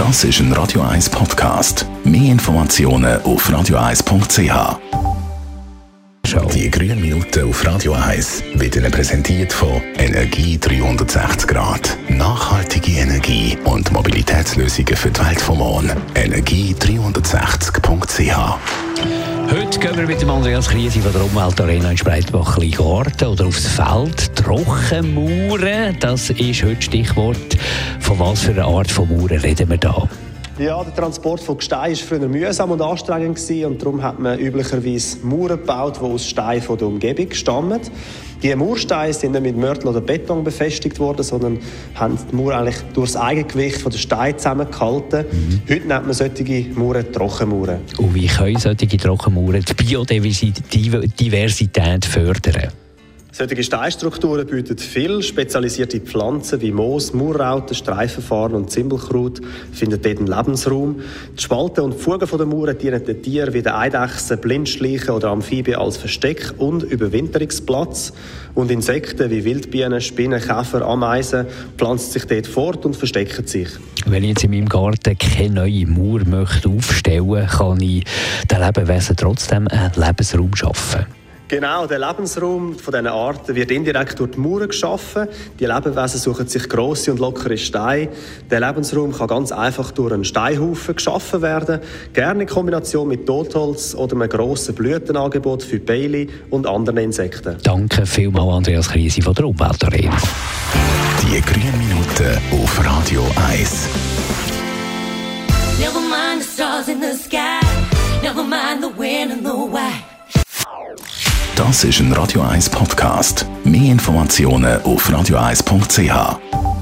Das ist ein Radio 1 Podcast. Mehr Informationen auf radio1.ch. Die grünen Minuten auf Radio 1 werden präsentiert von Energie 360 Grad. Nachhaltige Energie und Mobilitätslösungen für die Welt vom Morgen. Energie360.ch. Heute gehen wir mit dem Andreas Kriesi von der Umweltarena in Spreitbach-Kleingarten oder aufs Feld. Trockenmauern, das ist heute Stichwort. Von was für einer Art von Mauern reden wir da? Ja, der Transport von Gestein war früher mühsam und anstrengend und darum hat man üblicherweise Mauern gebaut, die aus Steinen von der Umgebung stammen. Die Mauersteine sind nicht mit Mörtel oder Beton befestigt worden, sondern haben die Mauer eigentlich durch das Eigengewicht der Steine zusammengehalten. Heute nennt man solche Mauern Trockenmauern. Und wie können solche Trockenmauern die Biodiversität fördern? Solche Steinstrukturen bieten viele spezialisierte Pflanzen wie Moos, Mauerrauten, Streifenfarn und Zimbelkraut finden dort einen Lebensraum. Die Spalten und die Fugen der Mauern dienen den Tieren wie den Eidechsen, Blindschleichen oder Amphibien als Versteck und Überwinterungsplatz. Und Insekten wie Wildbienen, Spinnen, Käfer, Ameisen pflanzen sich dort fort und verstecken sich. Wenn ich jetzt in meinem Garten keine neue Mauer möchte aufstellen, kann ich den Lebewesen trotzdem einen Lebensraum schaffen. Genau, der Lebensraum von diesen Arten wird indirekt durch die Mauern geschaffen. Die Lebewesen suchen sich grosse und lockere Steine. Der Lebensraum kann ganz einfach durch einen Steinhaufen geschaffen werden, gerne in Kombination mit Totholz oder einem grossen Blütenangebot für Bienen und andere Insekten. Danke vielmals, Andreas Kriesi von der Umweltarena. Die grünen Minuten auf Radio 1. Never mind the stars in the sky. Never mind the wind and the why. Das ist ein Radio 1 Podcast. Mehr Informationen auf radio1.ch.